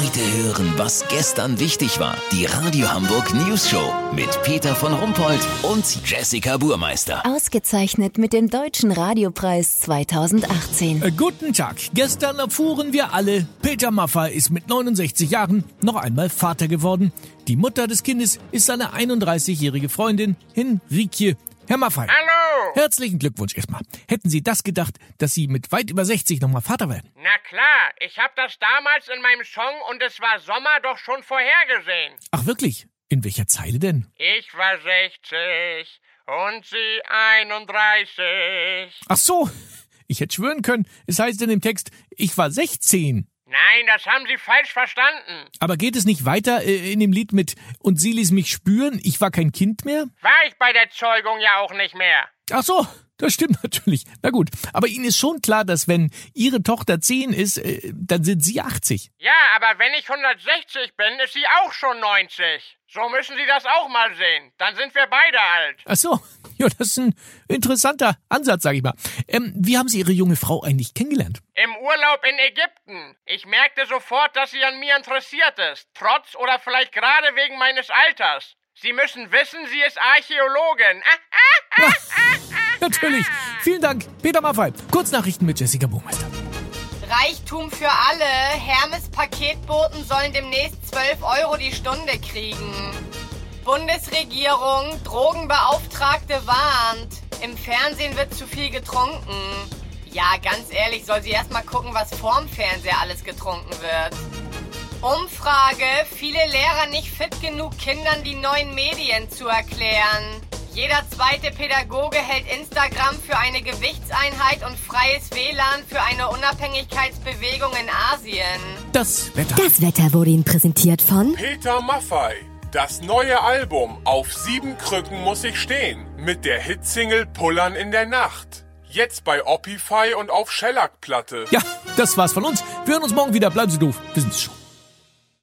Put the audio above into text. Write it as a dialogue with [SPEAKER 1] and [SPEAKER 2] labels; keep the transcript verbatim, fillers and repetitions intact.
[SPEAKER 1] Heute hören, was gestern wichtig war. Die Radio Hamburg News Show mit Peter von Rumpold und Jessica Burmeister.
[SPEAKER 2] Ausgezeichnet mit dem Deutschen Radiopreis zweitausendachtzehn.
[SPEAKER 3] Äh, guten Tag. Gestern erfuhren wir alle, Peter Maffay ist mit neunundsechzig Jahren noch einmal Vater geworden. Die Mutter des Kindes ist seine einunddreißigjährige Freundin Henrikje. Herr Maffay.
[SPEAKER 4] Hallo!
[SPEAKER 3] Herzlichen Glückwunsch erstmal. Hätten Sie das gedacht, dass Sie mit weit über sechzig nochmal Vater werden?
[SPEAKER 4] Na klar, ich hab das damals in meinem Song und es war Sommer doch schon vorhergesehen.
[SPEAKER 3] Ach wirklich? In welcher Zeile denn?
[SPEAKER 4] Ich war sechzig und sie einunddreißig.
[SPEAKER 3] Ach so, ich hätte schwören können, es heißt in dem Text, ich war sechzehn.
[SPEAKER 4] Nein, das haben Sie falsch verstanden.
[SPEAKER 3] Aber geht es nicht weiter äh, in dem Lied mit "Und sie ließ mich spüren, ich war kein Kind mehr"?
[SPEAKER 4] War ich bei der Zeugung ja auch nicht mehr.
[SPEAKER 3] Ach so, das stimmt natürlich. Na gut, aber Ihnen ist schon klar, dass wenn Ihre Tochter zehn ist, äh, dann sind Sie achtzig.
[SPEAKER 4] Ja, aber wenn ich hundertsechzig bin, ist sie auch schon neunzig. So müssen Sie das auch mal sehen. Dann sind wir beide alt.
[SPEAKER 3] Ach so, ja, das ist ein interessanter Ansatz, sag ich mal. Ähm, wie haben Sie Ihre junge Frau eigentlich kennengelernt?
[SPEAKER 4] Im Urlaub in Ägypten. Ich merkte sofort, dass sie an mir interessiert ist. Trotz oder vielleicht gerade wegen meines Alters. Sie müssen wissen, sie ist Archäologin. Ah, ah, ah, ah, ah,
[SPEAKER 3] Natürlich. Vielen Dank, Peter Maffay. Kurznachrichten mit Jessica Burmeister.
[SPEAKER 5] Reichtum für alle. Hermes-Paketboten sollen demnächst zwölf Euro die Stunde kriegen. Bundesregierung, Drogenbeauftragte warnt. Im Fernsehen wird zu viel getrunken. Ja, ganz ehrlich, soll sie erst mal gucken, was vorm Fernseher alles getrunken wird. Umfrage, viele Lehrer nicht fit genug, Kindern die neuen Medien zu erklären. Jeder zweite Pädagoge hält Instagram für eine Gewichtseinheit und freies W L A N für eine Unabhängigkeitsbewegung in Asien.
[SPEAKER 3] Das Wetter.
[SPEAKER 2] Das Wetter wurde Ihnen präsentiert von
[SPEAKER 6] Peter Maffay. Das neue Album Auf sieben Krücken muss ich stehen mit der Hitsingle Pullern in der Nacht. Jetzt bei Opify und auf Shellac-Platte.
[SPEAKER 3] Ja, das war's von uns. Wir hören uns morgen wieder. Bleiben Sie doof. Wir sind's schon.